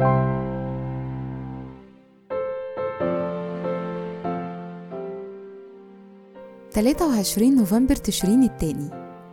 23 نوفمبر تشرين الثاني.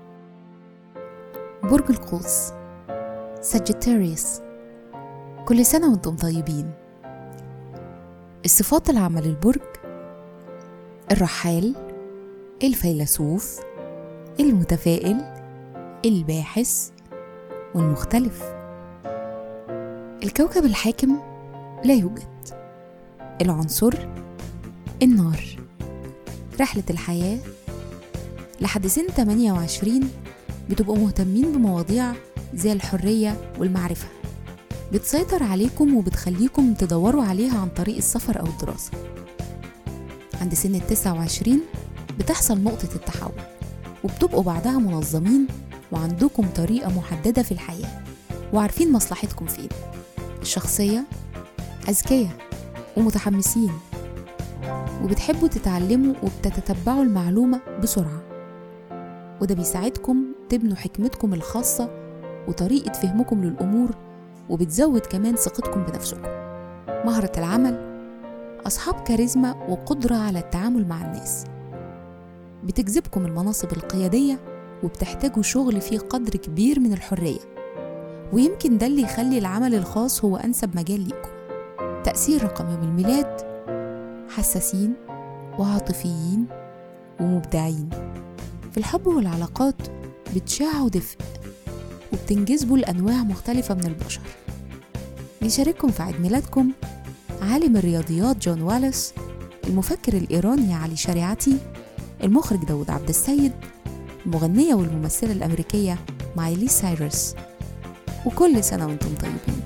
برج القوس، ساجيتاريوس. كل سنة وانتم طيبين. الصفات العامة للبرج: الرحال، الفيلسوف، المتفائل، الباحث، والمختلف. الكوكب الحاكم لا يوجد. العنصر: النار. رحلة الحياة: لحد سن 28 بتبقوا مهتمين بمواضيع زي الحرية والمعرفة، بتسيطر عليكم وبتخليكم تدوروا عليها عن طريق السفر أو الدراسة. عند سن 29 بتحصل نقطة التحول، وبتبقوا بعدها منظمين وعندكم طريقة محددة في الحياة وعارفين مصلحتكم فين. الشخصية: أذكياء ومتحمسين، وبتحبوا تتعلموا وبتتتبعوا المعلومة بسرعة، وده بيساعدكم تبنوا حكمتكم الخاصة وطريقة فهمكم للأمور، وبتزود كمان ثقتكم بنفسكم. مهارة العمل: أصحاب كاريزما وقدرة على التعامل مع الناس، بتجذبكم المناصب القيادية وبتحتاجوا شغل فيه قدر كبير من الحرية، ويمكن ده اللي يخلي العمل الخاص هو أنسب مجال ليكم. تأثير رقم يوم الميلاد: حساسين وعاطفيين ومبدعين. في الحب والعلاقات بتشاعوا دفء وبتنجذبوا لأنواع مختلفة من البشر. بيشارككم في عيد ميلادكم عالم الرياضيات جون واليس، المفكر الإيراني علي شريعتي، المخرج داود عبد السيد، المغنية والممثلة الأمريكية مايلي سايرس. وكل سنة وانتم طيبين.